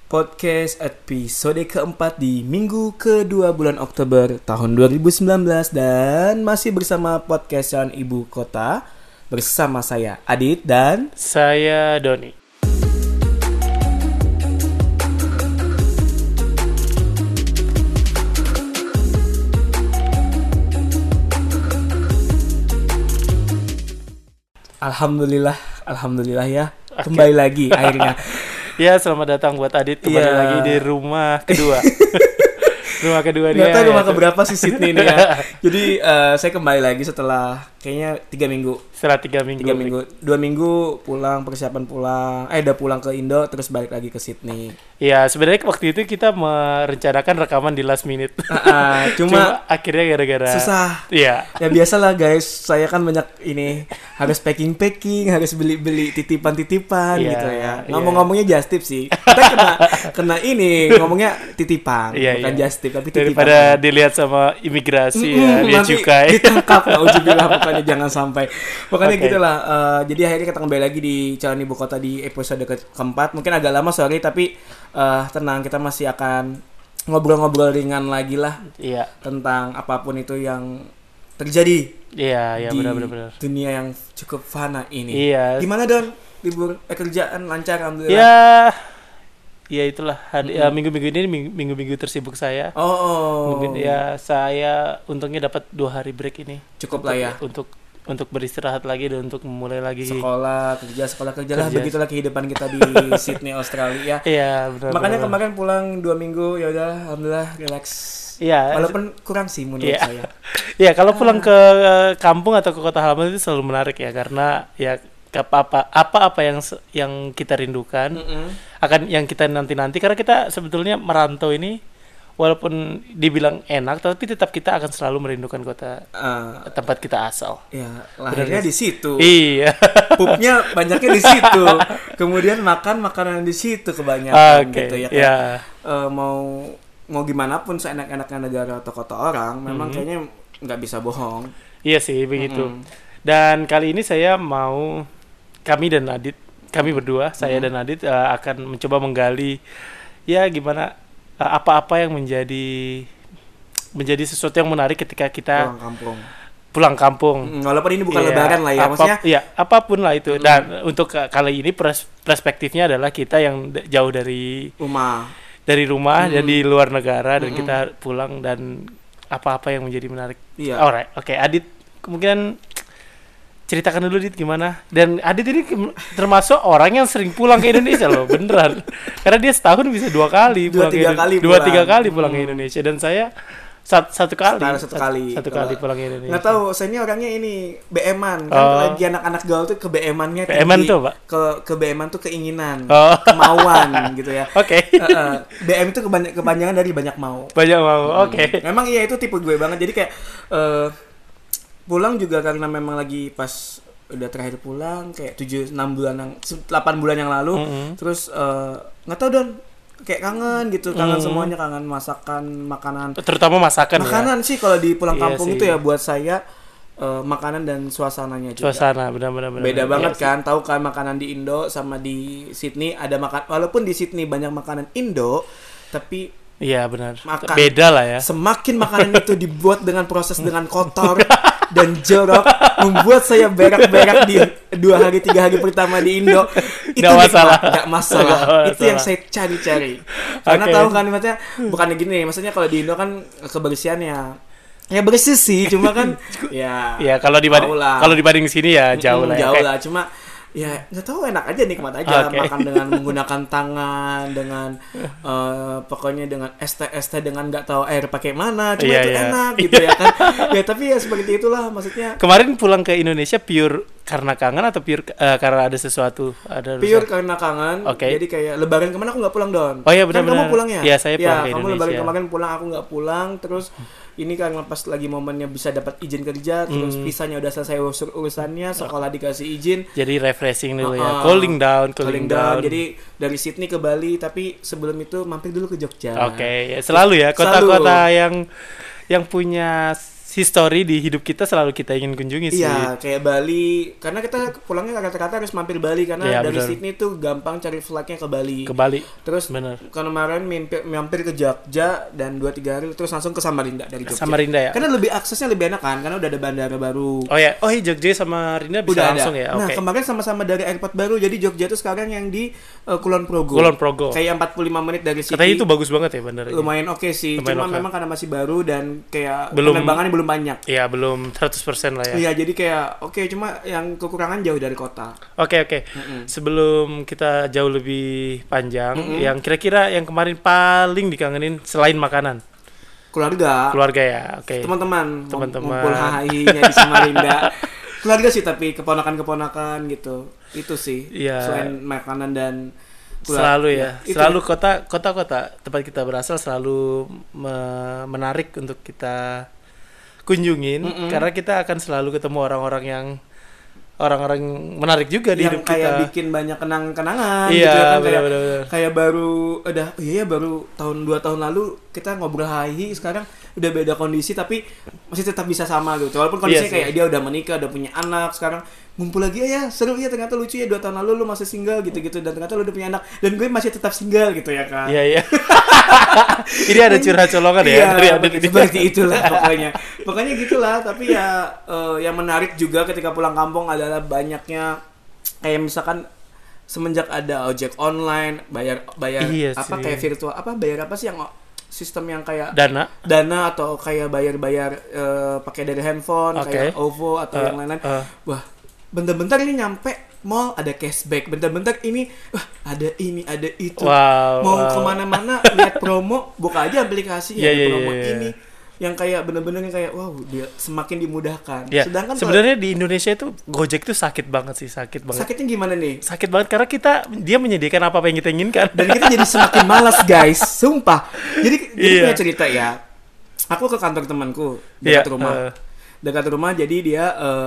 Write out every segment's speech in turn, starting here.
Podcast episode keempat di minggu kedua bulan Oktober tahun 2019. Dan masih bersama podcast Jalan Ibu Kota. Bersama saya Adit dan saya Doni. Alhamdulillah ya. Kembali lagi akhirnya. Ya, selamat datang buat Adit kembali lagi di rumah kedua. Rumah kedua dia. Nggak tahu rumah keberapa sih Sydney ini ya. Jadi saya kembali lagi setelah kayaknya 3 minggu. Setelah 3 minggu. 3 minggu. 2 minggu pulang, persiapan pulang. Udah pulang ke Indo terus balik lagi ke Sydney. Ya, sebenarnya waktu itu kita merencanakan rekaman di last minute. Cuma akhirnya gara-gara susah. Iya. Ya biasalah guys, saya kan banyak ini harus packing, harus beli titipan gitu ya. Ngomong-ngomongnya just tip sih. Kita kena ini ngomongnya titipan, bukan just tip tapi titipan. Daripada dilihat sama imigrasi ya, dia cukai. Ditangkap, nauzubillah, pokoknya jangan sampai. Pokoknya gitulah. Jadi akhirnya kita kembali lagi di Jalan Ibu Kota di episode keempat. Mungkin agak lama, sorry, tapi tenang, kita masih akan ngobrol-ngobrol ringan lagi lah. Iya. Tentang apapun itu yang terjadi. Iya, di benar. dunia yang cukup fana ini. Iya. Gimana Don? Libur kerjaan lancar alhamdulillah. Ya itulah minggu-minggu ini minggu-minggu tersibuk saya. Mungkin ya saya untungnya dapat 2 hari break ini. Cukup lah ya. Untuk beristirahat lagi dan untuk memulai lagi sekolah kerja lah, begitulah kehidupan kita di Sydney Australia. Iya, benar. Makanya kemarin pulang 2 minggu ya udah alhamdulillah relax. Iya. Walaupun kurang sih menurut saya. Iya, kalau pulang ke kampung atau ke kota halaman itu selalu menarik ya, karena ya apa yang kita rindukan akan yang kita nanti karena kita sebetulnya merantau ini walaupun dibilang enak tapi tetap kita akan selalu merindukan kota tempat kita asal. Ya, lahirnya di situ. Iya. Pupnya banyaknya di situ. Kemudian makanan di situ kebanyakan gitu ya. Mau gimana pun seenak-enaknya negara atau kota orang, memang kayaknya nggak bisa bohong. Iya sih begitu. Dan kali ini kami berdua, saya dan Adit akan mencoba menggali ya gimana apa-apa yang menjadi sesuatu yang menarik ketika kita pulang kampung. Walaupun ini bukan lebaran lah ya, maksudnya. Iya, apapun lah itu. Dan untuk kali ini perspektifnya adalah kita yang jauh dari rumah dan di luar negara dan kita pulang dan apa-apa yang menjadi menarik. Iya. Alright, oke. Adit kemungkinan ceritakan dulu Dit gimana. Dan Adit ini termasuk orang yang sering pulang ke Indonesia loh, beneran. Karena dia setahun bisa 2 kali pulang ke Indonesia. 2-3 kali pulang ke Indonesia, dan saya satu kali pulang ke Indonesia. Nggak tahu, saya ini orangnya ini BM-an kan, lagi anak-anak gaul tuh ke BM-annya tinggi. BM-an tuh, Pak? Ke BM-an tuh keinginan, kemauan gitu ya. Oke. BM itu kepanjangan dari banyak mau. Oke. Memang iya, itu tipe gue banget. Jadi kayak pulang juga karena memang lagi pas udah terakhir pulang kayak 8 bulan yang lalu. Terus nggak tahu Don, kayak kangen gitu, semuanya, kangen masakan, makanan, terutama makanan ya? Sih kalau di pulang kampung itu ya buat saya makanan dan suasananya juga. Suasana benar beda banget kan. Tahu kan makanan di Indo sama di Sydney ada walaupun di Sydney banyak makanan Indo, tapi iya benar, beda lah ya. Semakin makanan itu dibuat dengan proses dengan kotor dan jorok, membuat saya berak-berak di 2 hari 3 hari pertama di Indo. Itu gak masalah. Itu yang saya cari-cari. Karena tahu kan, maksudnya bukan gini, maksudnya kalau di Indo kan kebersihan ya bersih sih, cuma kan ya kalau dibanding sini ya jauh lah. Cuma ya nggak tahu, enak aja, nikmat aja. Makan dengan menggunakan tangan, dengan pokoknya dengan ST dengan nggak tahu air pakai mana, cuma itu enak gitu ya kan. Ya tapi ya seperti itulah maksudnya. Kemarin pulang ke Indonesia pure karena kangen atau pure karena ada sesuatu? Pure karena kangen. Jadi kayak lebaran kemarin aku nggak pulang Don. Oh iya benar. Kan kamu pulang ya? Iya, saya pulang ke Indonesia. Kamu lebaran kemarin pulang, aku nggak pulang. Terus ini kan pas lagi momennya bisa dapat izin kerja, terus visanya udah selesai urusannya, sekolah dikasih izin. Jadi refreshing dulu ya. Cooling down. Jadi dari Sydney ke Bali, tapi sebelum itu mampir dulu ke Jogja. Oke, ya, selalu ya kota-kota yang punya history di hidup kita selalu kita ingin kunjungi sih. Iya, kayak Bali. Karena kita pulangnya rata-rata harus mampir Bali karena dari Sydney tuh gampang cari flightnya ke Bali. Ke Bali. Terus kemarin mampir ke Jogja dan 2-3 hari terus langsung ke Samarinda dari Jogja. Samarinda ya. Karena lebih aksesnya lebih enak kan karena udah ada bandara baru. Oh ya, Jogja sama Samarinda bisa udah langsung ada. ya. Nah, kemarin sama-sama dari airport baru. Jadi Jogja tuh sekarang yang di Kulon Progo. Kayak 45 menit dari sini. Katanya itu bagus banget ya bandaranya. Lumayan oke sih. Cuma memang karena masih baru dan kayak penerbangannya belum banyak. Iya, belum 100% lah ya. Iya, jadi kayak cuma yang kekurangan jauh dari kota. Oke. Sebelum kita jauh lebih panjang, yang kira-kira yang kemarin paling dikangenin selain makanan. Keluarga ya. Oke. Teman-teman. Ngumpul hahinya di Samarinda. Keluarga sih tapi keponakan-keponakan gitu. Itu sih. Iya. Selain makanan dan selalu ya. Selalu kota-kota tempat kita berasal selalu menarik untuk kita kunjungin karena kita akan selalu ketemu orang-orang menarik juga di hidup kita. Yang kayak bikin banyak kenang-kenangan gitu kan. Kayak baru baru tahun 2 tahun lalu kita ngobrol hahi, sekarang udah beda kondisi tapi masih tetap bisa sama gitu. Walaupun kondisinya kayak dia udah menikah, udah punya anak, sekarang ngumpul lagi ya seru ya, ternyata lucu ya 2 tahun lalu lu masih single gitu-gitu dan ternyata lu udah punya anak dan gue masih tetap single gitu ya kan. Iya. Ini ada curhat colongan ya dari Adit ini. Seperti itulah pokoknya gitulah. Tapi ya yang menarik juga ketika pulang kampung adalah banyaknya kayak misalkan semenjak ada ojek online bayar kayak virtual bayar apa sih yang sistem yang kayak dana atau kayak bayar pakai dari handphone kayak OVO atau yang lain-lain. Wah, bentar-bentar ini nyampe mall ada cashback, bentar-bentar ini ada ini ada itu. Mau kemana-mana lihat promo, buka aja aplikasinya ada promo ini. Yang kayak bener-bener yang kayak wow, dia semakin dimudahkan. Ya, sedangkan sebenarnya di Indonesia itu Gojek tuh sakit banget. Sakitnya gimana nih? Sakit banget karena dia menyediakan apa yang kita inginkan dan kita jadi semakin malas guys, sumpah. Jadi punya cerita ya. Aku ke kantor temanku dekat rumah, jadi dia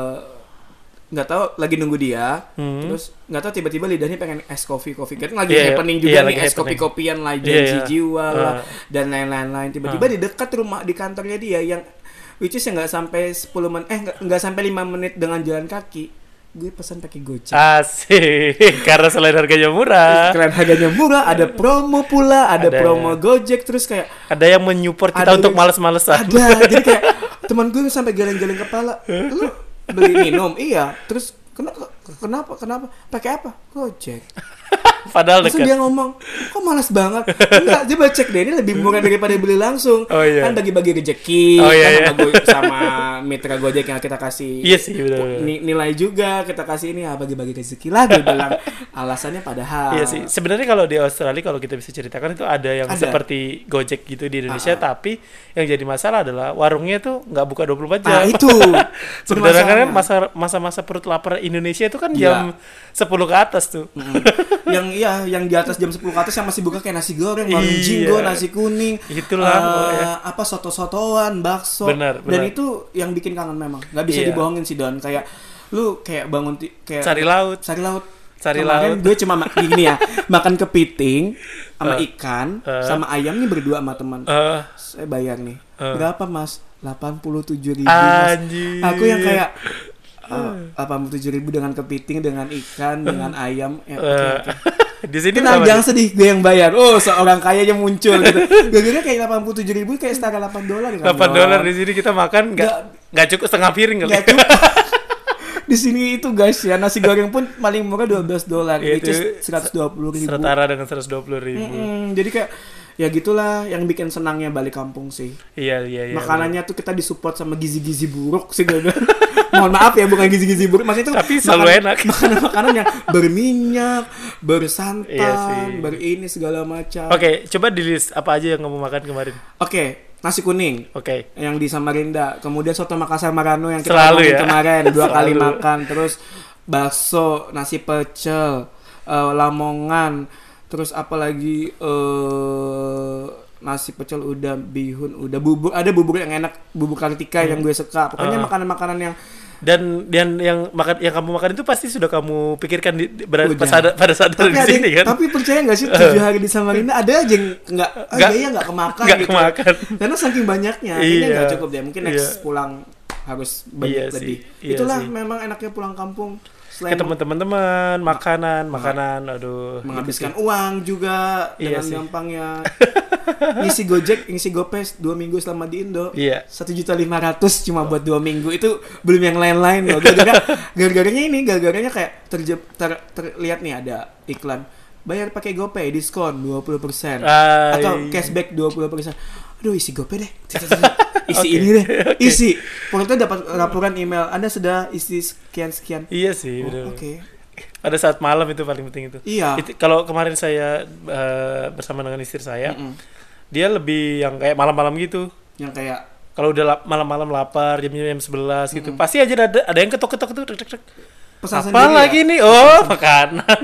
nggak tahu lagi nunggu dia, terus nggak tahu tiba-tiba lidahnya pengen es kopi kan lagi happening juga nih, es kopian lah, janji jiwa lah dan lain-lain. Tiba-tiba di dekat rumah di kantornya dia yang which is nggak sampai 10 menit nggak sampai 5 menit dengan jalan kaki, gue pesan pakai Gojek. Asik, karena selain harganya murah, ada promo pula, ada promo Gojek, terus kayak ada yang menyupport kita untuk males-malesan. Jadi kayak teman gue sampai geleng-geleng kepala, lu beli minum, iya. Terus kenapa? Pakai apa? Gojek. Padahal dekat. Terus dia ngomong, kok malas banget? Enggak, coba cek deh, ini lebih murah daripada beli langsung. Kan bagi-bagi rezeki sama mitra Gojek yang kita kasih. Iya sih, benar. Nilai juga kita kasih ini bagi-bagi rezeki lah, dia bilang. Alasannya padahal. Iya sih. Sebenarnya kalau di Australia kalau kita bisa ceritakan itu ada yang seperti Gojek gitu di Indonesia, tapi yang jadi masalah adalah warungnya tuh nggak buka 24 jam. Itu. Sebenarnya kan masa-masa perut lapar Indonesia itu kan jam 10 ke atas tuh. Yang di atas jam 10 ke atas yang masih buka kayak nasi goreng, warung jinggo, nasi kuning, itulah soto-sotoan, bakso. Benar. Dan itu yang bikin kangen memang. Nggak bisa dibohongin sih Don. Kayak lu kayak bangun kayak cari laut. Kemarin gue cuma gini ya, makan kepiting sama ikan sama ayam nih berdua sama teman. Saya bayar nih. Berapa Mas? 87.000 Mas. Aku yang kayak 87.000 dengan kepiting, dengan ikan, dengan ayam. Di sini jangan sedih, gue yang bayar. Seorang kaya yang muncul gitu. Gue kayak 87.000 kayak setara $8 kan. $8 di sini kita makan nggak cukup setengah piring kali. Nggak cukup. Di sini itu guys ya, nasi goreng pun paling murah $12, which is 120.000. Setara dengan 120.000. Jadi kayak ya gitulah yang bikin senangnya balik kampung sih. Iya. Makanannya tuh kita disupport sama gizi-gizi buruk sih gue. Mohon maaf ya, bukan gizi-gizi buruk, maksudnya itu tapi selalu enak. Makanan yang berminyak, bersantan, berini segala macam. Oke, coba di list apa aja yang kamu makan kemarin. Oke, nasi kuning. Oke. Yang di Samarinda, kemudian soto Makassar Marano yang kita ngomongin kemarin 2 kali makan, terus bakso, nasi pecel, lamongan. Terus apalagi nasi pecel udah, bihun udah, bubur, ada bubur yang enak, bubur Kartika yang gue suka. Pokoknya makanan-makanan yang Dan yang kamu makan itu pasti sudah kamu pikirkan pada saat tapi di sini kan. Tapi percaya nggak sih 7 hari di Samarinda ada aja yang nggak kemakan gak gitu. Kemakan. Karena saking banyaknya, ini nggak cukup deh. Mungkin next pulang harus banyak lebih. Itulah memang enaknya pulang kampung. Ketemu teman-teman, makanan, aduh. Menghabiskan uang juga dengan gampangnya. Ngisi Gojek, ngisi GoPay 2 minggu selama di Indo. 1.500.000 cuma buat 2 minggu, itu belum yang lain-lain loh. Gara-garanya kayak terlihat nih ada iklan. Bayar pakai GoPay diskon 20%. Atau cashback 20%. Aduh, isi GoPay deh. Isi ini deh. Isi. Pokoknya dapat laporan email, Anda sudah isi sekian-sekian. Iya sih, benar. Oke. Pada saat malam itu paling penting itu. Iya. Kalau kemarin saya bersama dengan istri saya, dia lebih yang kayak malam-malam gitu. Yang kayak kalau udah malam-malam lapar, jam 11 gitu, pasti aja ada yang ketok-ketok pesan apa lagi nih? Oh, makanan.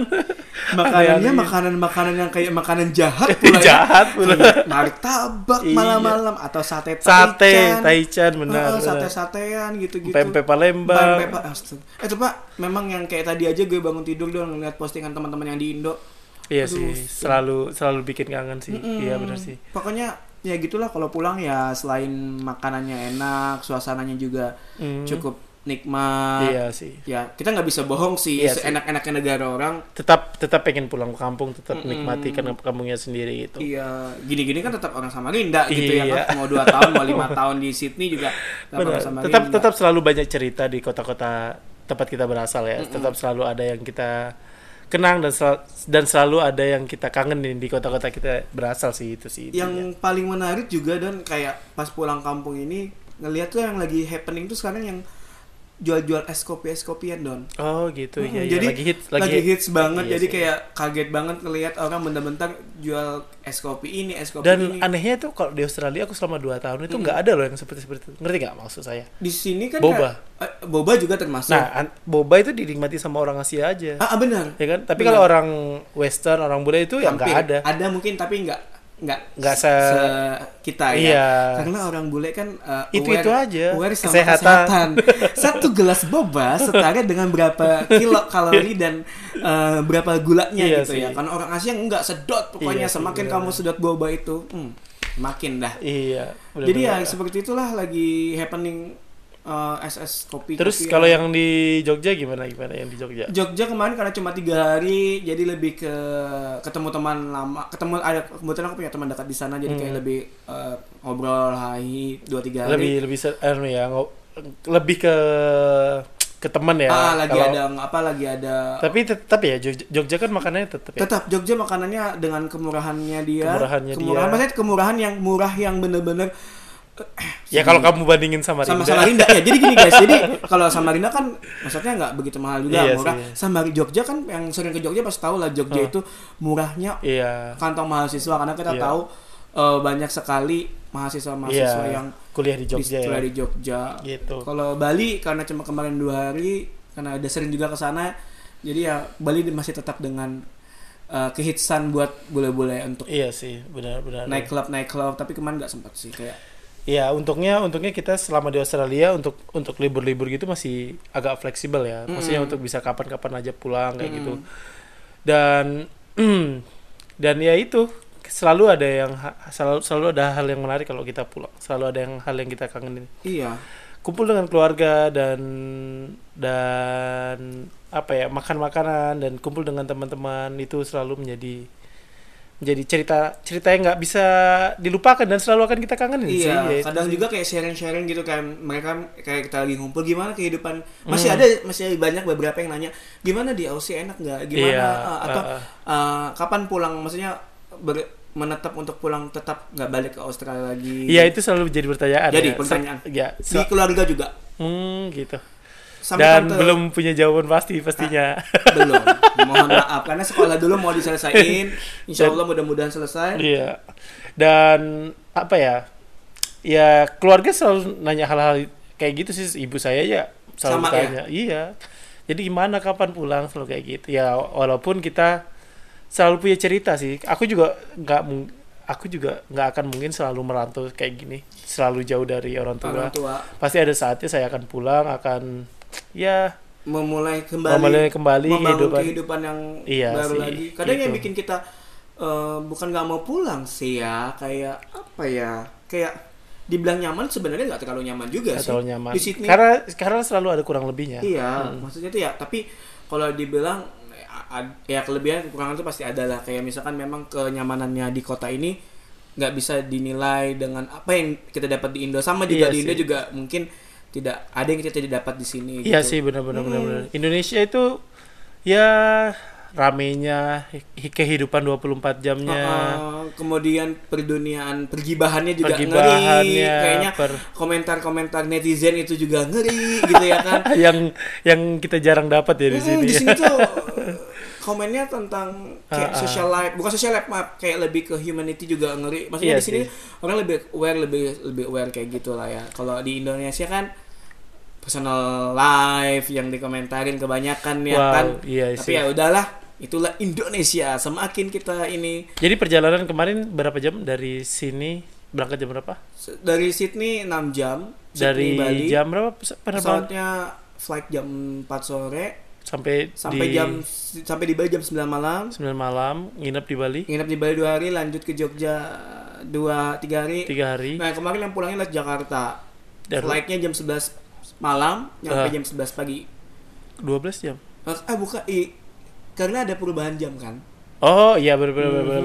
Makanan yang kayak makanan jahat pula. Jahat pula. Martabak malam-malam atau sate taichan benar. Sate-satean gitu-gitu. Pempek Palembang. Itu Pak, memang yang kayak tadi aja gue bangun tidur doang ngeliat postingan teman-teman yang di Indo. Iya sih, selalu bikin kangen sih. Iya benar sih. Pokoknya ya gitulah, kalau pulang ya selain makanannya enak, suasananya juga cukup nikmat. Iya sih. Ya kita nggak bisa bohong sih, seenak-enaknya negara orang. Tetap pengen pulang ke kampung, tetap nikmati karena kampungnya sendiri gitu. Iya, gini-gini kan tetap orang Samarinda gitu ya kan. Mau 2 tahun, mau 5 tahun di Sydney juga orang Samarinda. Tetap selalu banyak cerita di kota-kota tempat kita berasal ya. Tetap selalu ada yang kita kenang dan selalu ada yang kita kangenin di kota-kota kita berasal sih, itu sih. Yang paling menarik juga, dan kayak pas pulang kampung ini ngelihat tuh yang lagi happening tuh sekarang yang jual-jual es kopian Don. Oh gitu ya. Jadi lagi hits banget. Iya, jadi sih. Kayak kaget banget ngelihat orang bentar-bentar jual es kopi ini. Dan anehnya tuh kalau di Australia aku selama 2 tahun itu nggak ada loh yang seperti itu. Ngerti nggak maksud saya? Di sini kan boba. Boba juga termasuk. Nah, boba itu dinikmati sama orang Asia aja. Benar. Ya kan? Tapi kalau orang Western, orang Buddha itu ya nggak ada. Ada mungkin, tapi nggak se kita ya. Iya. Karena orang bule kan itu aja. Aware sama kesehatan. 1 gelas boba setara dengan berapa kalori dan berapa gulanya gitu ya. Karena orang Asia enggak sedot pokoknya. Semakin kamu sedot boba itu, makin dah. Iya. Jadi ya seperti itulah lagi happening. SS kopi. Terus kalau yang di Jogja gimana yang di Jogja? Jogja kemarin karena cuma 3 hari, jadi lebih ke ketemu teman lama. Kebetulan aku punya teman dekat di sana, jadi kayak lebih ngobrol, hai 2-3 hari. Lebih ke teman ya. Lagi ada. Tapi tetap ya Jogja kan makanannya tetap ya. Tetap Jogja makanannya dengan kemurahannya dia. Maksudnya kemurahan yang murah, yang bener-bener ya kalau kamu bandingin sama Samarinda ya. Jadi gini guys, jadi kalau Samarinda kan maksudnya nggak begitu mahal juga, murah. Sama Jogja kan, yang sering ke Jogja pasti tahu lah Jogja itu murahnya kantong mahasiswa, karena kita tahu banyak sekali mahasiswa yang kuliah di Jogja. Gitu. Kalau Bali karena cuma kemarin 2 hari, karena ada sering juga ke sana, jadi ya Bali masih tetap dengan kehitsan buat bule-bule untuk benar naik klub, tapi kemarin nggak sempat sih kayak. Ya untungnya kita selama di Australia untuk libur-libur gitu masih agak fleksibel ya. Maksudnya untuk bisa kapan-kapan aja pulang kayak gitu. Dan ya itu selalu ada hal yang menarik kalau kita pulang. Selalu ada hal yang kita kangenin. Iya. Kumpul dengan keluarga dan makan makanan dan kumpul dengan teman-teman itu selalu menjadi cerita yang nggak bisa dilupakan dan selalu akan kita kangenin sih. Iya, kadang juga kayak sharing gitu kan, mereka kayak kita lagi ngumpul, gimana kehidupan, masih banyak beberapa yang nanya gimana di Aussie, enak nggak, gimana atau kapan pulang, maksudnya menetap untuk pulang, tetap nggak balik ke Australia lagi. Iya, itu selalu jadi pertanyaan. Jadi pertanyaan di keluarga juga. Gitu. Sampai belum punya jawaban pastinya. Belum. Mohon maaf, karena sekolah dulu mau diselesain. Insya Allah mudah-mudahan selesai. Iya. Dan ya keluarga selalu nanya hal-hal kayak gitu sih. Ibu saya ya selalu tanya. Ya? Iya. Jadi gimana, kapan pulang, selalu kayak gitu. Ya walaupun kita selalu punya cerita sih. Aku juga nggak akan mungkin selalu merantau kayak gini, selalu jauh dari orang tua. Pasti ada saatnya saya akan pulang, akan ya memulai kembali membangun kehidupan yang baru sih, lagi. Kadang gitu. yang bikin kita bukan nggak mau pulang sih ya, kayak apa ya, kayak dibilang nyaman sebenarnya nggak terlalu nyaman juga sih nyaman. Di Sydney karena selalu ada kurang lebihnya. Iya, maksudnya tuh ya, tapi kalau dibilang ya kelebihan kekurangan itu pasti ada lah. Kayak misalkan memang kenyamanannya di kota ini nggak bisa dinilai dengan apa yang kita dapat di Indo. Sama juga di Indo juga mungkin tidak ada yang kita tidak dapat di sini. Iya gitu. sih, benar. Indonesia itu ya ramenya, kehidupan 24 jamnya. Kemudian pergibahannya juga ngeri. Kayaknya komentar-komentar netizen itu juga ngeri gitu ya kan. yang kita jarang dapat ya di sini. Di sini tuh komennya tentang kayak social life, bukan social life, maaf, kayak lebih ke humanity juga ngeri. Maksudnya di sini orang lebih aware kayak gitulah ya. Kalau di Indonesia kan personal life yang dikomentarin kebanyakan ya kan. Tapi ya udahlah, itulah Indonesia. Semakin kita ini. Jadi perjalanan kemarin berapa jam dari sini? Berangkat jam berapa? Dari Sydney 6 jam. Dari Bali. Jam berapa? Pesawatnya flight jam 4 sore. Sampai di Bali jam 9 malam. 9 malam, nginep di Bali 2 hari, lanjut ke Jogja 3 hari. Nah, kemarin yang pulangnya dari Jakarta. Flightnya jam 11 malam, nyampe jam 11 pagi. 12 jam? Bukan, karena ada perubahan jam kan. Oh iya, benar.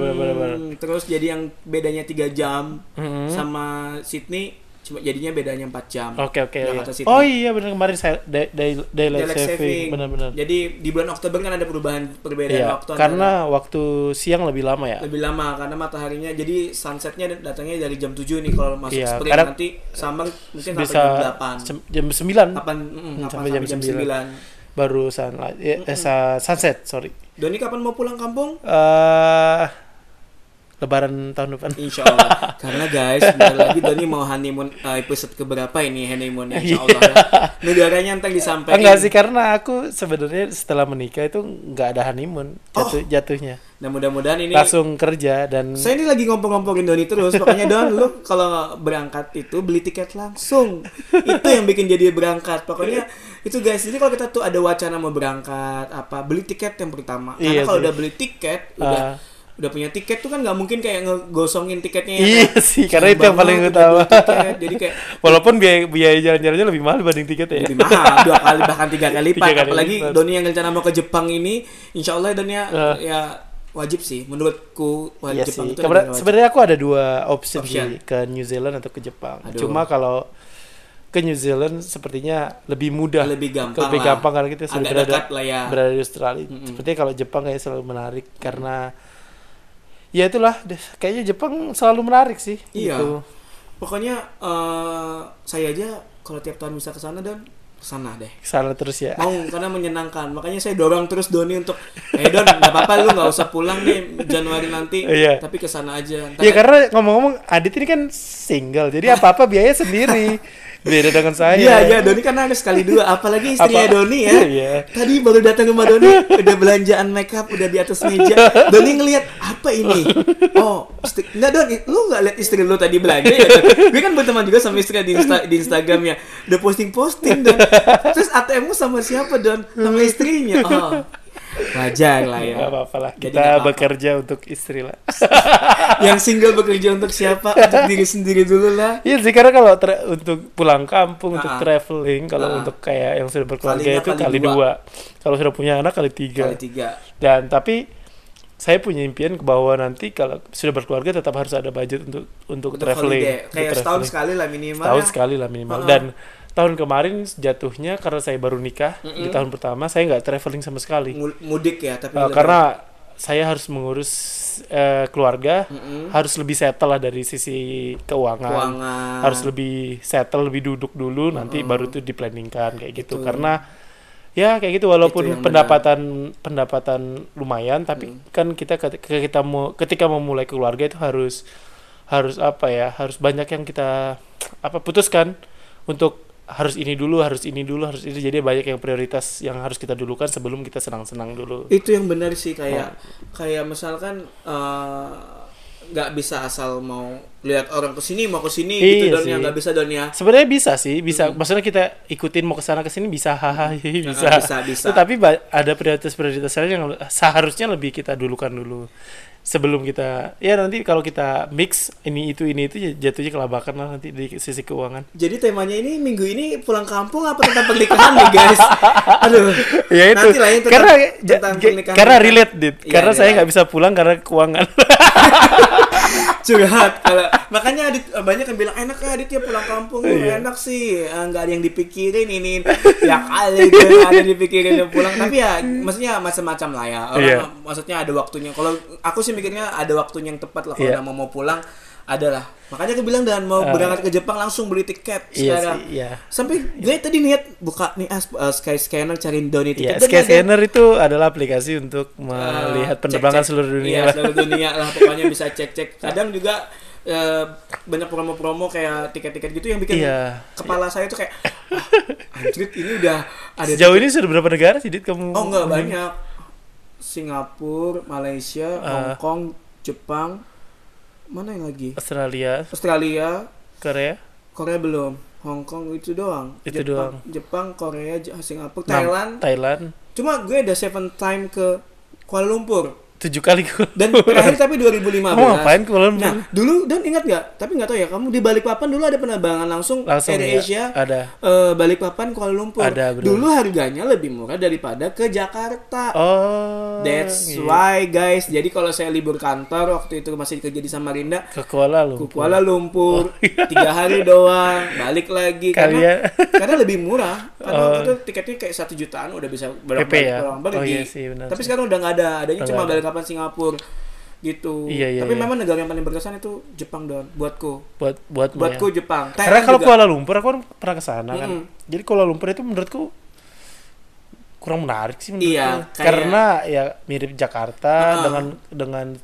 Terus jadi yang bedanya 3 jam sama Sydney cuma jadinya bedanya 4 jam. Oke. Oh iya, benar, kemarin saya daylight saving. Benar. Jadi di bulan Oktober kan ada perbedaan waktu. Karena waktu siang lebih lama ya. Lebih lama karena mataharinya, jadi sunsetnya datangnya dari jam 7 nih kalau masuk spring, nanti summer mungkin bisa sampai jam 9. Sampai jam 9. Baru sunset, sorry. Doni kapan mau pulang kampung? Lebaran tahun depan. Insya Allah. Karena guys, sebentar lagi Doni mau honeymoon, episode keberapa ini honeymoonnya? Insya Allah ya. Negaranya ntar disampaikan. Enggak sih, karena aku sebenarnya setelah menikah itu nggak ada honeymoon jatuhnya. Nah, mudah-mudahan ini langsung kerja. Dan saya ini lagi ngompong-ngompongin Doni terus. Makanya Don, lu kalau berangkat itu beli tiket langsung. Itu yang bikin jadi berangkat. Pokoknya itu guys. Jadi kalau kita tuh ada wacana mau berangkat beli tiket yang pertama. Karena kalau udah beli tiket, udah punya tiket tuh kan nggak mungkin kayak ngegosongin tiketnya ya. Iya sih, karena itu yang paling utama. Jadi kayak walaupun biaya jalan-jalannya lebih mahal dibanding tiket ya. Lebih mahal 2 kali bahkan 3 kali lipat. Apalagi Doni yang rencana mau ke Jepang ini, insya Allah Doni ya wajib sih menurutku. Jepang itu sebenarnya aku ada 2 opsi ke New Zealand atau ke Jepang. Cuma kalau ke New Zealand sepertinya lebih mudah, lebih gampang karena kita sudah berada di Australia. Sepertinya kalau Jepang kayak selalu menarik karena ya itulah, kayaknya Jepang selalu menarik sih. Iya. Gitu. Pokoknya saya aja kalau tiap tahun bisa kesana dan kesana deh. Kesana terus ya. Mau, karena menyenangkan. Makanya saya dorong terus Doni untuk, Don, nggak apa-apa lu nggak usah pulang nih Januari nanti, tapi kesana aja. Iya, karena ngomong-ngomong Adit ini kan single, jadi apa-apa biaya sendiri. Beda dengan saya. Iya, Doni kan harus sekali 2, apalagi istrinya Doni ya. Iya. Tadi baru datang ke rumah Doni, udah belanjaan makeup, udah di atas meja. Doni ngelihat apa ini? Oh, enggak Don, lu nggak lihat istri lu tadi belanja ya? Gue kan berteman juga sama istri di Instagramnya, udah posting Don. Terus ATM-mu sama siapa Don? Sama istrinya. Oh, wajar lah ya. Gak apa-apa lah, kita bekerja untuk istri lah. Yang single bekerja untuk siapa? Untuk diri sendiri dulu lah. Iya sih, karena kalau untuk pulang kampung, untuk traveling, kalau untuk kayak yang sudah berkeluarga itu kali 2. Kalau sudah punya anak kali 3. Dan tapi saya punya impian bahwa nanti kalau sudah berkeluarga tetap harus ada budget untuk traveling. Kayak setahun sekali lah minimal. Dan tahun kemarin jatuhnya karena saya baru nikah di tahun pertama, saya nggak traveling sama sekali. Mudik ya, tapi karena saya harus mengurus keluarga, harus lebih settle lah dari sisi keuangan. Harus lebih settle, lebih duduk dulu, nanti baru tuh diplanningkan kayak gitu. Karena ya kayak gitu, walaupun pendapatan lumayan, tapi kan ketika memulai keluarga itu harus harus banyak yang kita putuskan untuk harus ini dulu, jadi banyak yang prioritas yang harus kita dulukan sebelum kita senang-senang dulu. Itu yang benar sih, kayak misalkan nggak bisa asal mau lihat orang kesini mau kesini gitu Iya Don ya, sih. nggak bisa Don ya. Sebenarnya bisa sih, bisa. Maksudnya kita ikutin mau kesana kesini bisa, hahaha, bisa. Bisa. Tetapi ada prioritas lain yang seharusnya lebih kita dulukan dulu. Sebelum kita, ya nanti kalau kita mix ini itu ya jatuhnya kelabakan lah nanti di sisi keuangan. Jadi temanya ini minggu ini pulang kampung apa tentang pernikahan nih guys? Aduh. Ya itu. Nanti lah yang tentang pernikahan. Karena relate, Dit. Iya, Karena saya relate. nggak bisa pulang karena keuangan. Curhat kalau makanya Adit banyak yang bilang enak ya Adit ya pulang kampung. Enak sih, nggak ada yang dipikirin ini ya kali nggak ada yang dipikirin yang pulang, tapi ya maksudnya macam-macam lah ya orang. Maksudnya ada waktunya. Kalau aku sih mikirnya ada waktunya yang tepat lah kalau mau pulang adalah. Makanya aku bilang dan mau berangkat ke Jepang langsung beli tiket sekarang. Sampai gue tadi niat buka nih Skyscanner cariin Doni tiket. Skyscanner itu adalah aplikasi untuk melihat penerbangan seluruh dunia. Iya, seluruh dunia lah pokoknya bisa cek-cek. Kadang juga banyak promo-promo kayak tiket-tiket gitu yang bikin kepala saya tuh kayak anjir ini udah ada. Sejauh ini sudah berapa negara sih Dit kamu? Oh enggak banyak. Singapura, Malaysia, Hong Kong, Jepang, mana yang lagi? Australia, Korea belum. Hong Kong itu doang. Jepang, Korea, Singapura, Thailand. Cuma gue ada 7 time ke Kuala Lumpur. 7 kali gue. Dan terakhir tapi 2015. Kamu ngapain Kuala Lumpur? Nah, dulu Don ingat nggak? Tapi nggak tahu ya. Kamu di Balikpapan dulu ada penerbangan langsung Air Asia. Ada. Balikpapan Kuala Lumpur. Ada, bener. Dulu harganya lebih murah daripada ke Jakarta. Oh. That's why guys. Jadi kalau saya libur kantor waktu itu masih kerja di Samarinda. Ke Kuala Lumpur. 3 hari doang. Balik lagi. Karena lebih murah. Karena waktu itu tiketnya kayak 1 jutaan udah bisa PP ya? Iya sih, benar. Tapi sekarang udah nggak ada. Adanya cuma Balikpapan Singapura gitu. Tapi memang negara yang paling berkesan itu Jepang Don buatku. Buatku Jepang. Karena kalau Kuala Lumpur aku kan pernah ke sana kan. Jadi Kuala Lumpur itu menurutku kurang menarik sih menurutku. Karena ya mirip Jakarta dengan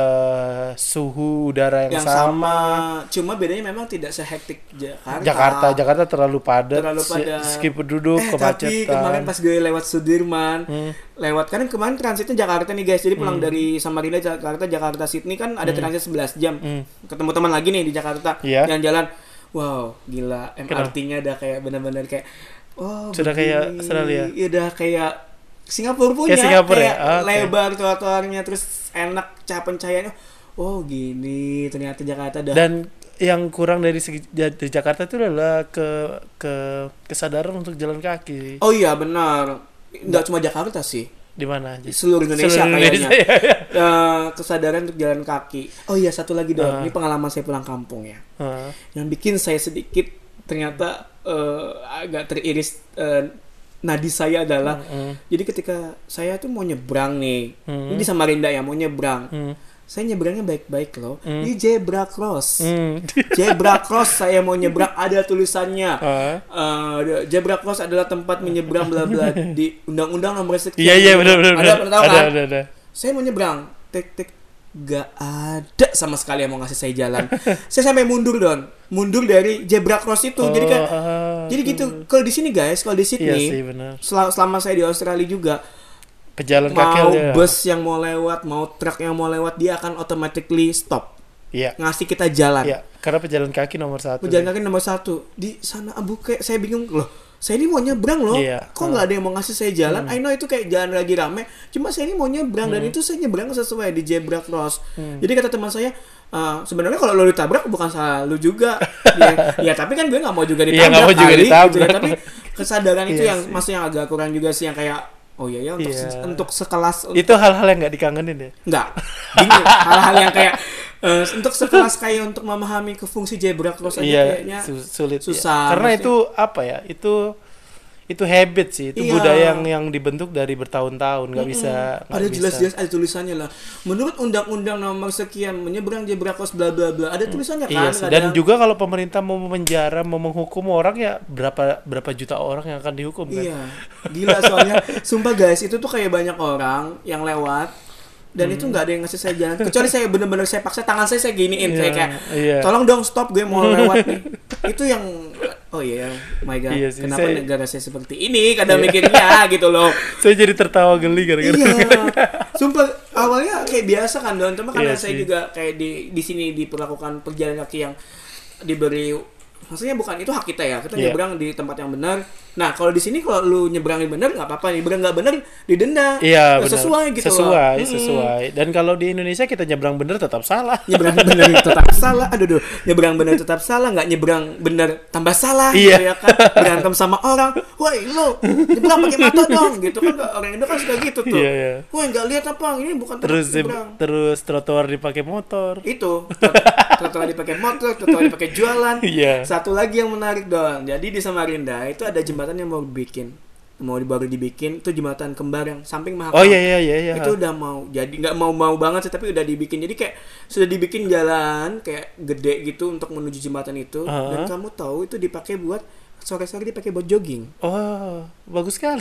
suhu udara yang sama. Cuma bedanya memang tidak sehektik Jakarta. Jakarta terlalu padat. Segi penduduk, kemacetan. Tapi kemarin pas gue lewat Sudirman, kan kemarin transitnya Jakarta nih guys. Jadi pulang dari Samarinda Jakarta Sydney kan ada transit 11 jam. Ketemu teman lagi nih di Jakarta. Jalan-jalan. Wow, gila. MRT-nya udah kayak benar-benar kayak sudah kayak Australia. Iya udah kayak Singapura punya. Kayak lebar trotoarnya terus enak pencahayaannya. Oh gini ternyata Jakarta dah. Dan yang kurang dari Jakarta itu adalah kesadaran untuk jalan kaki. Oh iya benar. Enggak cuma Jakarta sih. Di mana aja? Seluruh Indonesia kayaknya. Kesadaran untuk jalan kaki. Oh iya satu lagi Don. Ini pengalaman saya pulang kampung ya. Yang bikin saya sedikit ternyata agak teriris nadi saya adalah jadi ketika saya tuh mau nyebrang nih ini di Samarinda ya mau nyebrang saya nyebrangnya baik-baik loh ini zebra cross saya mau nyebrang ada tulisannya zebra cross adalah tempat menyeberang bla bla di undang-undang nomor sekian benar ada pernah tahu kan ada. Saya mau nyebrang gak ada sama sekali yang mau ngasih saya jalan. Saya sampai mundur dari zebra cross itu. Jadi gitu. Kalau di sini guys, kalau di Sydney, selama saya di Australia juga, pejalan kaki mau bus yang mau lewat, mau truk yang mau lewat, dia akan automatically stop. Ngasih kita jalan. Karena pejalan kaki nomor 1. Di sana kayak saya bingung loh. Saya ini mau nyebrang loh, kok nggak ada yang mau ngasih saya jalan? I know itu kayak jalan lagi rame, cuma saya ini mau nyebrang dan itu saya nyebrang sesuai di zebra cross. Jadi kata teman saya, sebenarnya kalau lo ditabrak bukan salah lo juga, ya tapi kan gue nggak mau juga ditabrak gitu. Tapi kesadaran itu yang masih yang agak kurang juga sih yang kayak untuk sekelas itu hal-hal yang nggak dikangenin ya? Nggak, bingung hal-hal yang kayak untuk sekelas kayak untuk memahami ke fungsi zebra cross aja kayaknya susah. Karena itu apa ya? Itu habit sih, itu budaya yang dibentuk dari bertahun-tahun, nggak bisa. Ada jelas-jelas ada tulisannya lah. Menurut undang-undang nomor sekian menyeberang zebra cross bla bla bla ada tulisannya kan. Dan juga kalau pemerintah mau memenjara, mau menghukum orang ya berapa juta orang yang akan dihukum kan. Iya, gila soalnya. Sumpah guys, itu tuh kayak banyak orang yang lewat dan itu nggak ada yang ngasih saya jalan kecuali saya bener-bener saya paksa tangan saya giniin kayak tolong dong stop gue mau lewat nih. Itu yang my god kenapa negara saya seperti ini kadang mikirnya gitu loh. Saya jadi tertawa geli gara-gara sumpah Awalnya kayak biasa kan Don, cuma karena Iya saya sih. juga kayak di sini diperlakukan perjalanan kaki yang diberi, maksudnya bukan itu hak kita ya, kita Iya. nyebrang di tempat yang benar. Nah kalau di sini kalau lu nyebrangin benar nggak apa-apa, nyebrang nggak benar didenda. Iya, Nggak benar. sesuai gitu Sesuai. Dan kalau di Indonesia kita nyebrang bener tetap salah. Nyebrang benar tetap salah, nyebrang benar tetap salah, nggak nyebrang benar tambah salah, Iya. gitu ya kan, berantem sama orang, woi lo nyebrang pakai mata dong, gitu kan, orang Indo kan suka gitu tuh, Iya, iya. woi nggak lihat apa, ini bukan tempat Terus nyebrang. terus trotoar dipakai motor. Itu trotoar dipakai motor, trotoar dipakai jualan. Iya. Satu lagi yang menarik Don, jadi di Samarinda itu ada jembatan yang baru dibikin, itu jembatan kembar yang samping Mahakam. Oh iya. Itu udah mau jadi, nggak mau banget sih, tapi udah dibikin, jadi kayak sudah dibikin jalan kayak gede gitu untuk menuju jembatan itu. Dan kamu tahu itu dipakai buat sore-sore, dipakai buat jogging. Oh, bagus sekali.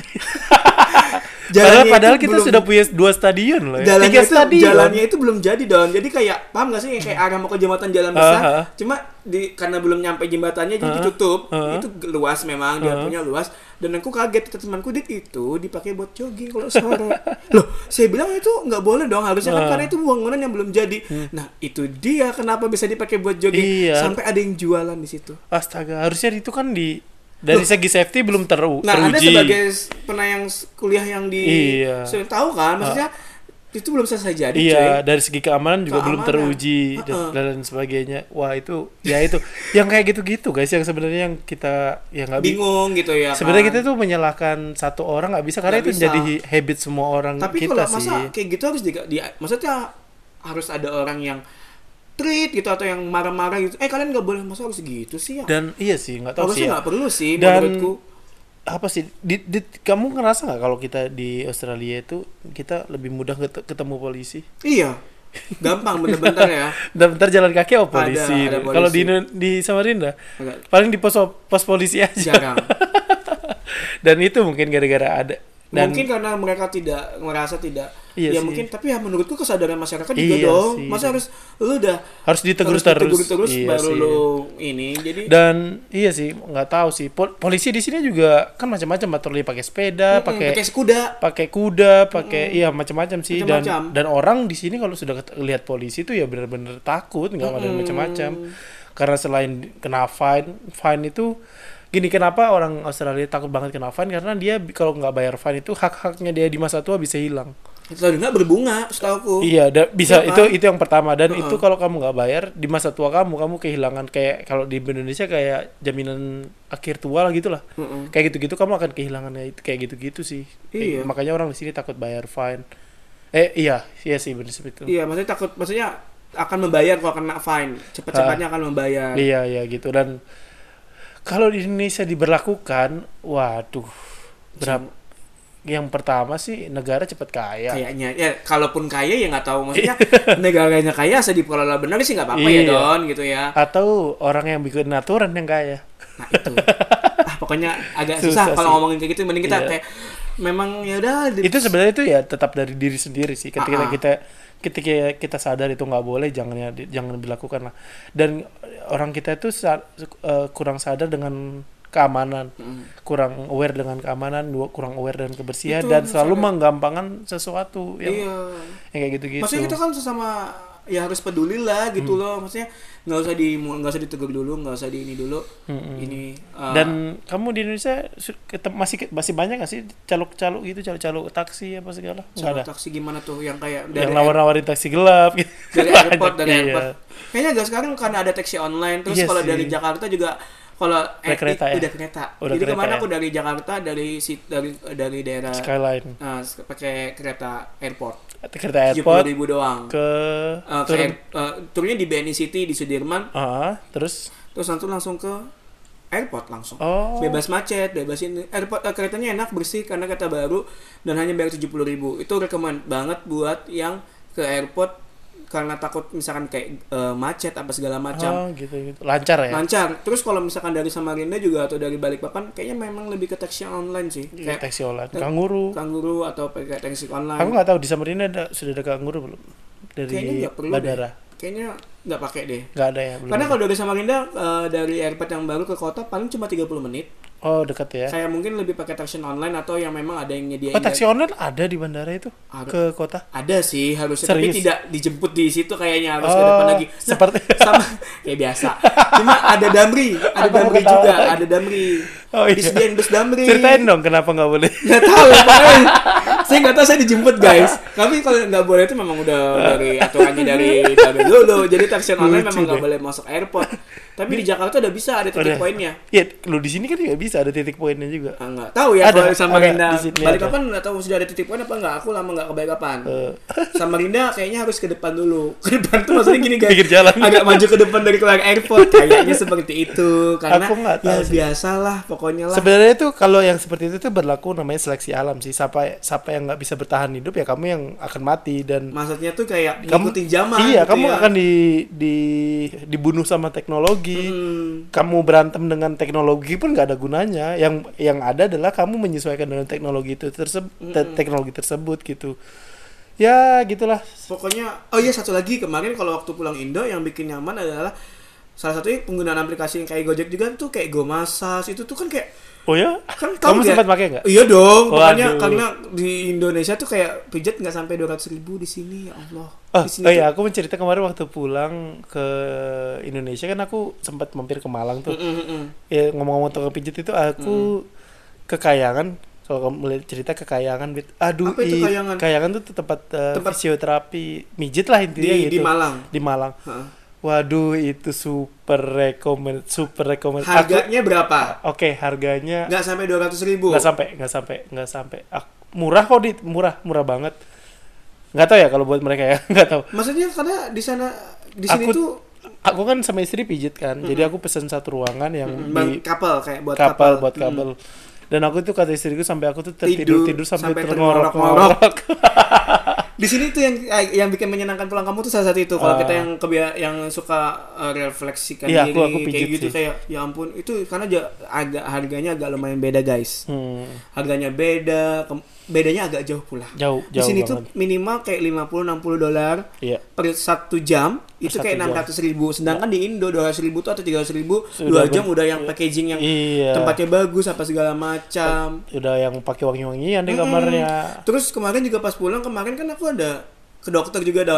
Jalannya Padahal itu kita belum- sudah punya 2 stadion loh ya. Jalannya 3 itu, stadion. jalannya itu belum jadi Don. Jadi kayak paham gak sih kayak arah mau ke jembatan jalan besar, cuma karena belum nyampe jembatannya jadi ditutup. Itu luas memang, dia punya luas. Dan aku kaget, temanku itu dipakai buat jogging kalau sore. Loh, saya bilang itu nggak boleh dong, harusnya kan, karena itu bangunan yang belum jadi. Nah, itu dia kenapa bisa dipakai buat jogging. Iya. Sampai ada yang jualan di situ. Astaga, harusnya itu kan dari segi safety belum Nah, Anda teruji. sebagai penayang kuliah yang Iya. sudah tahu kan, maksudnya itu belum selesai jadi. Iya, coy. dari segi keamanan juga belum Keamanan. teruji dan lain sebagainya. Wah, itu yang kayak gitu-gitu guys, yang sebenarnya yang kita yang nggak Bingung gitu ya. Sebenarnya kan? kita tuh menyalahkan satu orang nggak bisa, karena Nggak itu bisa. jadi habit semua orang Tapi kita kalau sih. masa kayak gitu harus maksudnya harus ada orang yang treat gitu, atau yang marah-marah gitu. Kalian nggak boleh, masa harus gitu sih ya? Dan iya sih, nggak tahu sih Harusnya ya. nggak perlu sih Dan menurutku. apa sih? Kamu ngerasa nggak kalau kita di Australia itu kita lebih mudah ketemu polisi? Iya. Gampang bener-bener ya. Dan bentar jalan kaki polisi. Ada polisi. Kalau di Samarinda Agak paling di pos polisi aja. jarang. Dan itu mungkin gara-gara ada. Dan Mungkin karena mereka merasa tidak. Iya Ya sih. mungkin, tapi ya menurutku kesadaran masyarakat juga Iya dong. sih. Masa lu udah harus ditegur terus Iya baru sih. lu ini. Jadi Dan iya sih, nggak tahu sih. Polisi di sini juga kan macam-macam, patroli pakai sepeda, pakai kuda. pakai kuda, pakai iya macam-macam sih. Macam-macam. Dan orang di sini kalau sudah lihat polisi itu ya benar-benar takut, nggak ada macam-macam. Karena selain kena fine itu gini, kenapa orang Australia takut banget kena fine? Karena dia kalau nggak bayar fine itu hak-haknya dia di masa tua bisa hilang. Kalau nggak berbunga, setahuku. Iya, bisa Iya kan? itu yang pertama. Dan itu kalau kamu nggak bayar di masa tua kamu kehilangan, kayak kalau di Indonesia kayak jaminan akhir tua lah gitulah. Kayak gitu-gitu kamu akan kehilangan kayak gitu-gitu sih. Iya. Makanya orang di sini takut bayar fine. Iya sih benar seperti itu. Iya, maksudnya akan membayar kalau kena fine. Cepat-cepatnya akan membayar. Iya gitu. Dan kalau di Indonesia diberlakukan, waduh, yang pertama sih negara cepat kaya. Kayaknya ya, kalaupun kaya ya nggak tahu, maksudnya negaranya kaya asal dikelola benar sih nggak apa-apa ya Iya. Don gitu ya. Atau orang yang bikin aturan yang kaya. Nah itu pokoknya agak Susah susah kalau sih. ngomongin kayak gitu. Mending kita Iya. kayak memang ya udah Itu sebenarnya itu ya tetap dari diri sendiri sih. Ketika Ah-ah. kita sadar itu nggak boleh, jangan dilakukan lah. Dan orang kita itu kurang sadar dengan keamanan, kurang aware dengan keamanan, kurang aware dengan kebersihan, Itu dan selalu sadar. menggampangkan sesuatu yang Iya. kayak gitu-gitu. Maksudnya kita kan sesama ya harus peduli lah gitu loh. Maksudnya nggak usah ditegur dulu, nggak usah di ini dulu. Ini Dan kamu di Indonesia masih banyak nggak sih caluk-caluk gitu, caluk-caluk taksi apa segala? Nggak ada. taksi gimana tuh yang kayak Yang nawar-nawarin taksi gelap gitu. dari airport. Iya. Kayaknya agak sekarang karena ada taksi online. Terus Iya kalau sih. dari Jakarta juga kalau Kereta ya? udah kereta. Udah Jadi kereta kemana ya? aku dari Jakarta dari daerah Skyline. pakai kereta airport. Kereta airport 70.000 doang. ke Turunnya di BNI City di Sudirman, terus terus langsung ke airport langsung. Oh. Bebas macet, bebas ini. Airport keretanya enak, bersih karena kereta baru dan hanya bayar 70.000. Itu rekomen banget buat yang ke airport karena takut misalkan kayak macet apa segala macam. gitu lancar ya. Lancar. Terus kalau misalkan dari Samarinda juga atau dari Balikpapan kayaknya memang lebih ke taksi online sih. Kayak taksi online. Kanguru atau pakai taksi online. Aku nggak tahu di Samarinda sudah ada kanguru belum dari Kayaknya nggak perlu bandara. Kayaknya nggak pakai deh. Nggak ada ya belum. Karena kalau dari Samarinda dari airport yang baru ke kota paling cuma 30 menit. Oh, dekat ya. Kayak mungkin lebih pakai taksi online atau yang memang ada yang nyediain. Oh, taksi online ada di bandara itu? Ke kota? Ada sih harusnya, serius? tapi tidak dijemput di situ kayaknya, harus ke depan lagi. Nah, seperti sama kayak biasa. Cuma ada Damri juga, ada Damri. Oh, iya. Disediain bus Damri. Ceritain dong kenapa nggak boleh? Nggak tahu, pokoknya saya nggak tahu, saya dijemput guys. Tapi kalau nggak boleh itu memang udah dari aturannya dari dulu. Jadi taksi online memang nggak boleh masuk airport. Tapi di Jakarta udah bisa, ada titik poinnya. Iya, lu di sini kan juga bisa ada titik poinnya juga. Nggak tahu ya kalau Samarinda. Balik kapan nggak tahu sudah ada titik poin apa nggak. Aku lama nggak ke Balikpapan. Samarinda kayaknya harus ke depan dulu. Ke depan tuh maksudnya gini guys. Pinggir jalan. Agak maju ke depan dari keluar airport. Kayaknya seperti itu. Karena aku nggak tahu ya biasalah pokoknya lah. Sebenarnya tuh kalau yang seperti itu tuh berlaku namanya seleksi alam sih. Siapa yang nggak bisa bertahan hidup ya kamu yang akan mati. Dan maksudnya tuh kayak ngikutin zaman. Iya, gitu kamu ya. akan dibunuh sama teknologi. Kamu berantem dengan teknologi pun nggak ada gunanya. Yang ada adalah kamu menyesuaikan dengan teknologi itu teknologi tersebut gitu. Ya gitulah. Pokoknya, oh iya satu lagi, kemarin kalau waktu pulang Indo yang bikin nyaman adalah salah satunya penggunaan aplikasi yang kayak Gojek juga tuh kayak GoMassage itu tuh kan kayak. Oh ya? Kan kamu sempat pakai nggak? Iya dong. Makanya Waduh. karena di Indonesia tuh kayak pijat nggak sampai 200.000 di sini, ya Allah. Oh iya, aku mencerita kemarin waktu pulang ke Indonesia kan aku sempat mampir ke Malang tuh. Ya ngomong-ngomong tentang pijat itu aku ke Kayangan. Kalau kamu lihat cerita ke Kayangan, aduh, apa itu Kayangan? Kayangan tuh tempat fisioterapi mijit lah intinya gitu. Di Malang. Di Malang. Waduh, itu super recommend. Harganya berapa? Oke, harganya nggak sampai 200.000. Nggak sampai. Murah kok, murah banget. Nggak tahu ya kalau buat mereka ya, nggak tahu. Maksudnya karena di sini tuh aku kan sama istri pijit kan, jadi aku pesan satu ruangan yang di couple kayak buat couple. Dan aku tuh kata istriku sampai aku tuh tidur sampai terngorok-ngorok. Di sini tuh yang bikin menyenangkan pulang kamu tuh salah satu itu. Kalau kita yang suka refleksikan iya, diri aku kayak gitu sih. kayak ya ampun itu karena harganya agak lumayan beda guys. Harganya bedanya agak jauh pula. Jauh di sini banget. tuh minimal kayak $50-60 iya. per 1 jam itu kayak 600.000. Sedangkan di Indo 200.000 tuh atau 300.000 2 jam udah yang packaging yang tempatnya bagus apa segala macam. Udah yang pakai wangi-wangian di kamarnya. Terus kemarin juga pas pulang kemarin kan aku ada ke dokter juga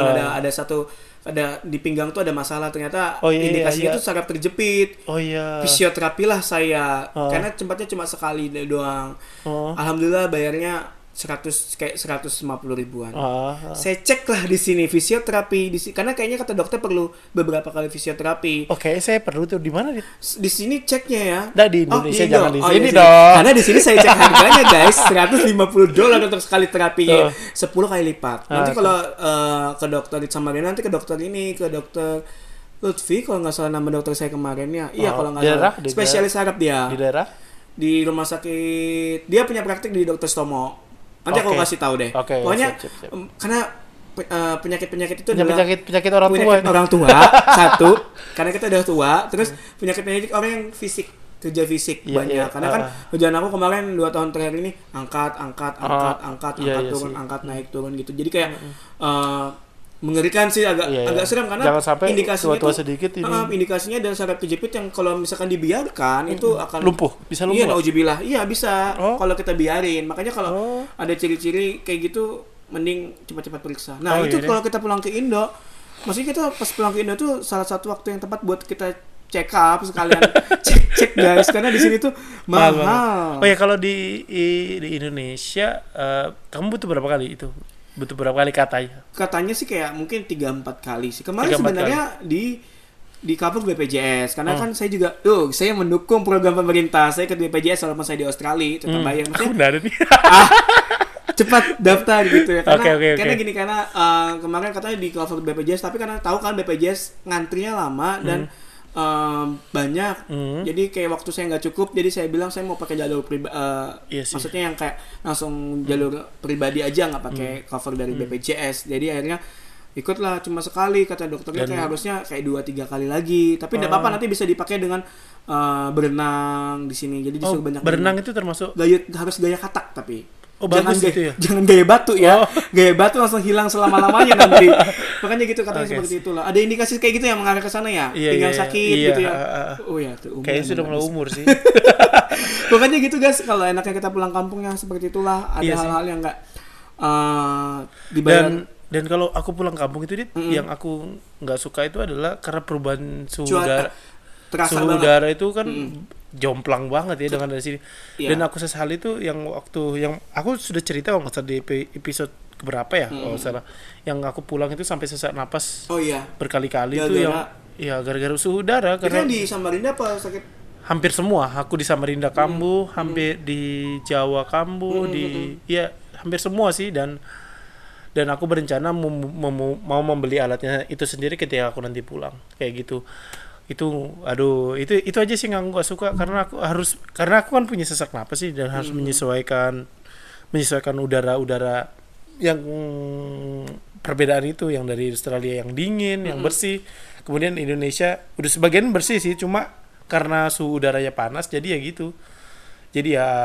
ada di pinggang tuh ada masalah ternyata indikasinya tuh saraf terjepit. Fisioterapi lah saya karena tempatnya cuma sekali doang. Alhamdulillah bayarnya 150 ribuan. Saya cek lah di sini fisioterapi karena kayaknya kata dokter perlu beberapa kali fisioterapi. Oke, saya perlu tuh di mana dia? Di sini ceknya ya. Nah, di Indonesia jangan di sini iya, dong. Karena di sini saya cek harganya guys, $150 untuk sekali terapinya, 10 kali lipat. Nanti kalau ke dokter di Samarinda nanti ke dokter Lutfi kalau nggak salah nama dokter saya kemarin ya. Iya kalau nggak salah. Spesialis saraf dia. Di daerah? Di rumah sakit. Dia punya praktik di Dr. Stomo. Nanti aku kasih tahu deh. Pokoknya siap. Karena penyakit itu adalah penyakit orang tua. Orang tua satu. Karena kita udah tua. Terus penyakit orang yang kerja fisik banyak. Karena kan kerjaan aku kemarin 2 tahun terakhir ini angkat turun, angkat naik turun gitu. Jadi kayak mengerikan sih agak seram karena indikasinya tuh sedikit indikasinya dan saraf kejepit yang kalau misalkan dibiarkan itu akan bisa lumpuh. Iya, nauzubillah. Iya bisa kalau kita biarin. Makanya kalau ada ciri-ciri kayak gitu mending cepat-cepat periksa. Nah, itu kalau kita pulang ke Indo, maksudnya kita pas pulang ke Indo tuh salah satu waktu yang tepat buat kita check up sekalian cek guys karena di sini tuh mahal. Oh ya, kalau di Indonesia kamu butuh berapa kali itu? Butuh berapa kali katanya? Katanya sih kayak mungkin 3-4 kali sih. Kemarin sebenarnya di cover BPJS karena kan saya juga saya mendukung program pemerintah. Saya ke BPJS walaupun saya di Australia tetap bayar. Aku udah ada nih. Cepat daftar gitu ya karena gini kemarin katanya di cover BPJS tapi karena tahu kan BPJS ngantrinya lama dan banyak. Jadi kayak waktu saya nggak cukup, jadi saya bilang saya mau pakai jalur maksudnya yang kayak langsung jalur pribadi aja nggak pakai cover dari BPJS. Jadi akhirnya ikutlah cuma sekali kata dokternya kayak harusnya kayak 2-3 kali lagi. Tapi tidak apa-apa nanti bisa dipakai dengan berenang di sini. Jadi disuruh banyak berenang itu termasuk harus gaya katak tapi bagus gitu ya. Jangan gaya batu ya. Gaya batu langsung hilang selama-lamanya nanti. Makanya gitu katanya seperti itulah. Ada indikasi kayak gitu yang mengarah ke sana ya? Pinggang sakit gitu ya. Oh ya, tuh kayaknya sudah mulai umur sih. Pokoknya gitu guys, kalau enaknya kita pulang kampung yang seperti itulah. Ada hal-hal yang enggak dibayar. Dan kalau aku pulang kampung itu yang aku nggak suka itu adalah karena perubahan suhu udara. Suhu udara itu kan jomplang banget ya dengan dari sini. Dan aku sesali itu yang waktu yang aku sudah cerita kalau nggak salah di episode keberapa ya kalau salah, yang aku pulang itu sampai sesak napas berkali-kali itu yang gara-gara suhu udara. Karena di Samarinda apa sakit? Hampir semua. Aku di Samarinda kambuh, hampir di Jawa kambuh, hampir semua sih. Dan aku berencana mau membeli alatnya itu sendiri ketika aku nanti pulang kayak gitu. Itu aja sih yang aku gak suka karena aku kan punya sesak napas sih dan harus menyesuaikan udara yang perbedaan itu, yang dari Australia yang dingin, yang bersih, kemudian Indonesia udah sebagian bersih sih, cuma karena suhu udaranya panas jadi ya gitu. Jadi ya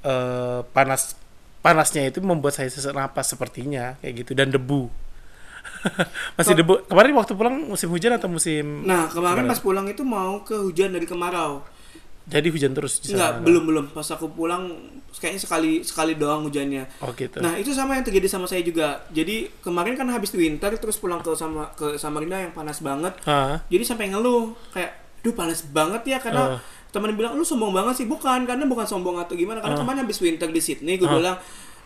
panasnya itu membuat saya sesak napas sepertinya kayak gitu, dan debu. Masih debu. Kemarin waktu pulang musim hujan atau musim? Nah, kemarin pas pulang itu mau ke hujan dari kemarau. Jadi hujan terus di sana? Enggak, belum. Pas aku pulang kayaknya sekali doang hujannya. Oh gitu. Nah, itu sama yang terjadi sama saya juga. Jadi kemarin kan habis winter terus pulang ke Samarinda yang panas banget. Jadi sampai ngeluh kayak, "Duh, panas banget ya," karena teman bilang, "Lu sombong banget sih." Bukan, karena bukan sombong atau gimana, karena kemarin habis winter di Sydney gue bilang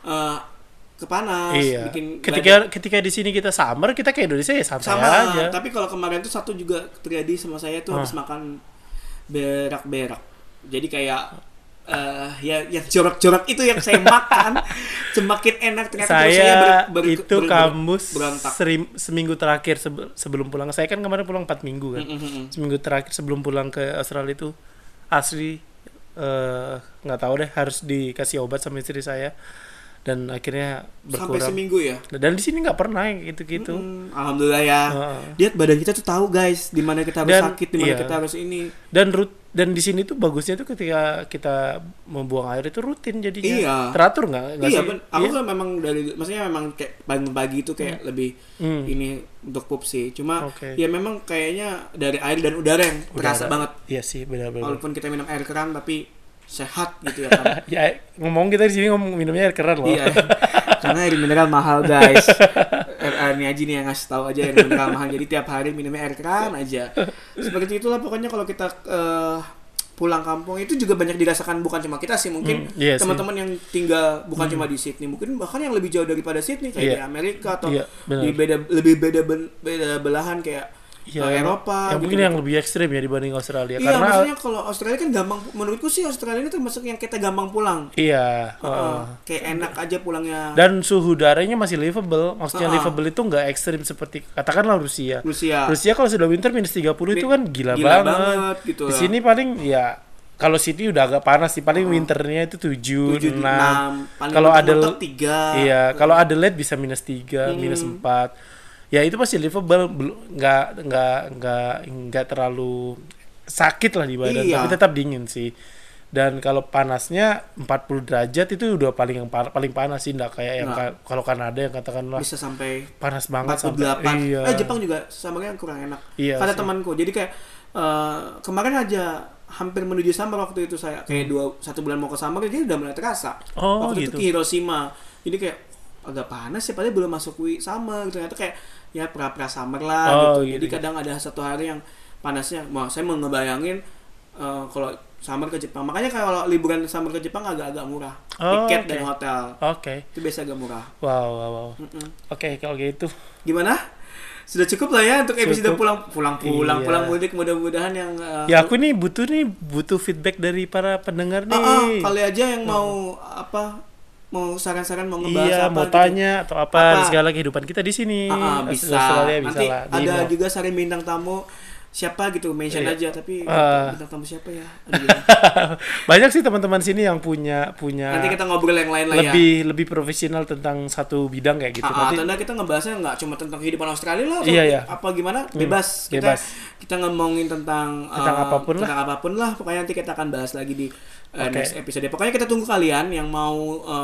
kepanas, bikin ketika di sini kita summer, kita ke Indonesia ya santai aja. Tapi kalau kemarin tuh satu juga terjadi sama saya tuh habis makan berak-berak. Jadi kayak yang jorok-jorok itu yang saya makan semakin enak ternyata. Saya itu kamus seminggu terakhir sebelum pulang. Saya kan kemarin pulang 4 minggu kan. Seminggu terakhir sebelum pulang ke Australia itu asli nggak tahu deh, harus dikasih obat sama istri saya. Dan akhirnya berkurang sampai seminggu ya. Dan di sini nggak pernah gitu-gitu. Alhamdulillah ya. Lihat badan kita tuh tahu guys, di mana kita harus sakit, di mana kita harus ini. Dan di sini tuh bagusnya tuh ketika kita membuang air itu rutin jadinya. Teratur nggak sih? Aku kan memang maksudnya memang kayak pagi itu kayak lebih ini untuk pup sih. Cuma ya memang kayaknya dari air dan udara yang terasa banget. Iya sih, benar-benar. Walaupun kita minum air keran tapi sehat gitu ya kan. Ya ngomong kita di sini minumnya air keran loh. Iya. Karena air mineral mahal guys. Ini aja nih yang ngasih tahu aja air mineral mahal. Jadi tiap hari minumnya air keran aja. Seperti itulah pokoknya kalau kita pulang kampung itu juga banyak dirasakan, bukan cuma kita sih, mungkin teman-teman yang tinggal bukan cuma di Sydney, mungkin bahkan yang lebih jauh daripada Sydney kayak di Amerika atau di beda belahan kayak Eropa ya, mungkin yang lebih ekstrim ya dibanding Australia. Iya, karena maksudnya kalau Australia kan gampang, menurutku sih Australia ini termasuk yang kita gampang pulang. Iya. Kayak enak aja pulangnya. Dan suhu udaranya masih livable. Maksudnya livable itu nggak ekstrim seperti katakanlah Rusia kalau sudah winter -30 itu kan gila banget gitu. Di sini paling ya kalau Sydney udah agak panas sih, paling winternya itu 7, 6. Kalau ada 3. Iya, kalau Adelaide bisa -3, -4. Ya itu masih livable, nggak terlalu sakit lah di badan, tapi tetap dingin sih. Dan kalau panasnya 40 derajat itu udah paling panas sih, nggak kayak yang kalau Kanada yang katakanlah bisa sampai panas banget 48. Jepang juga sama yang kurang enak. Kata temanku, jadi kayak kemarin aja hampir menuju summer waktu itu saya kayak 1 bulan mau ke summer, jadi udah mulai terasa. Waktu itu ke Hiroshima, jadi kayak agak panas ya, padahal belum masuk summer gitu. Ternyata kayak ya pra summer lah gitu. Jadi kadang ada satu hari yang panasnya, saya mau ngebayangin kalau summer ke Jepang. Makanya kalau liburan summer ke Jepang agak-agak murah. Tiket dan hotel. Itu biasa agak murah. Wow. Oke, kalau gitu. Gimana? Sudah cukup lah ya untuk episode pulang mudik, mudah-mudahan yang ya aku nih butuh feedback dari para pendengar nih. Kali aja yang mau mau saran-saran, mau ngebahas mau tanya gitu, atau apa segala kehidupan kita di sini. Bisa. Nanti ada juga saran bintang tamu siapa gitu, mention aja, tapi bintang tamu siapa ya? Banyak sih teman-teman sini yang punya nanti kita ngobrol yang lain lah lebih profesional tentang satu bidang kayak gitu. Nanti kita ngebahasnya nggak cuma tentang kehidupan Australia lah, apa gimana bebas. Kita ngomongin tentang apapun lah. Pokoknya nanti kita akan bahas lagi di next episode. Pokoknya kita tunggu kalian yang mau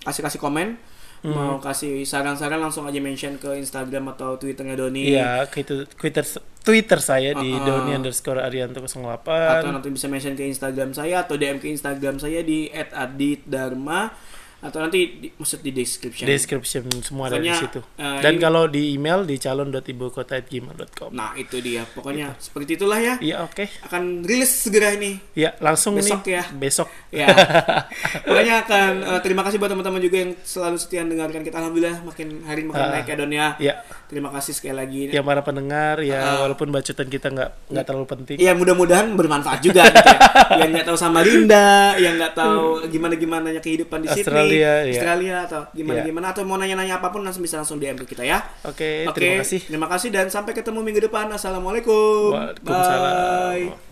kasih komen, mau kasih saran-saran langsung aja mention ke Instagram atau Twitternya Doni. Iya, ke Twitter saya di Doni_Arianto08. Atau nanti bisa mention ke Instagram saya atau DM ke Instagram saya di @aditdharma. Atau nanti maksud di description semua ada di situ. Dan kalau di email di calon.ibukota@gmail.com. Nah itu dia, pokoknya seperti itulah ya. Iya, oke. Akan rilis segera ini. Iya, langsung besok nih. ya. Besok. Ya. Pokoknya akan terima kasih buat teman-teman juga yang selalu setia dengarkan kita. Alhamdulillah makin hari makin naik ya Don ya. Iya. Terima kasih sekali lagi. Ya para pendengar ya, walaupun bacotan kita nggak terlalu penting. Iya, mudah-mudahan bermanfaat juga gitu ya. Yang nggak tahu Samarinda, yang nggak tahu gimana kehidupan di Australia atau gimana atau mau nanya-nanya apapun langsung bisa langsung DM ke kita ya. Oke, terima kasih. Terima kasih dan sampai ketemu minggu depan. Assalamualaikum. Waalaikumsalam. Bye.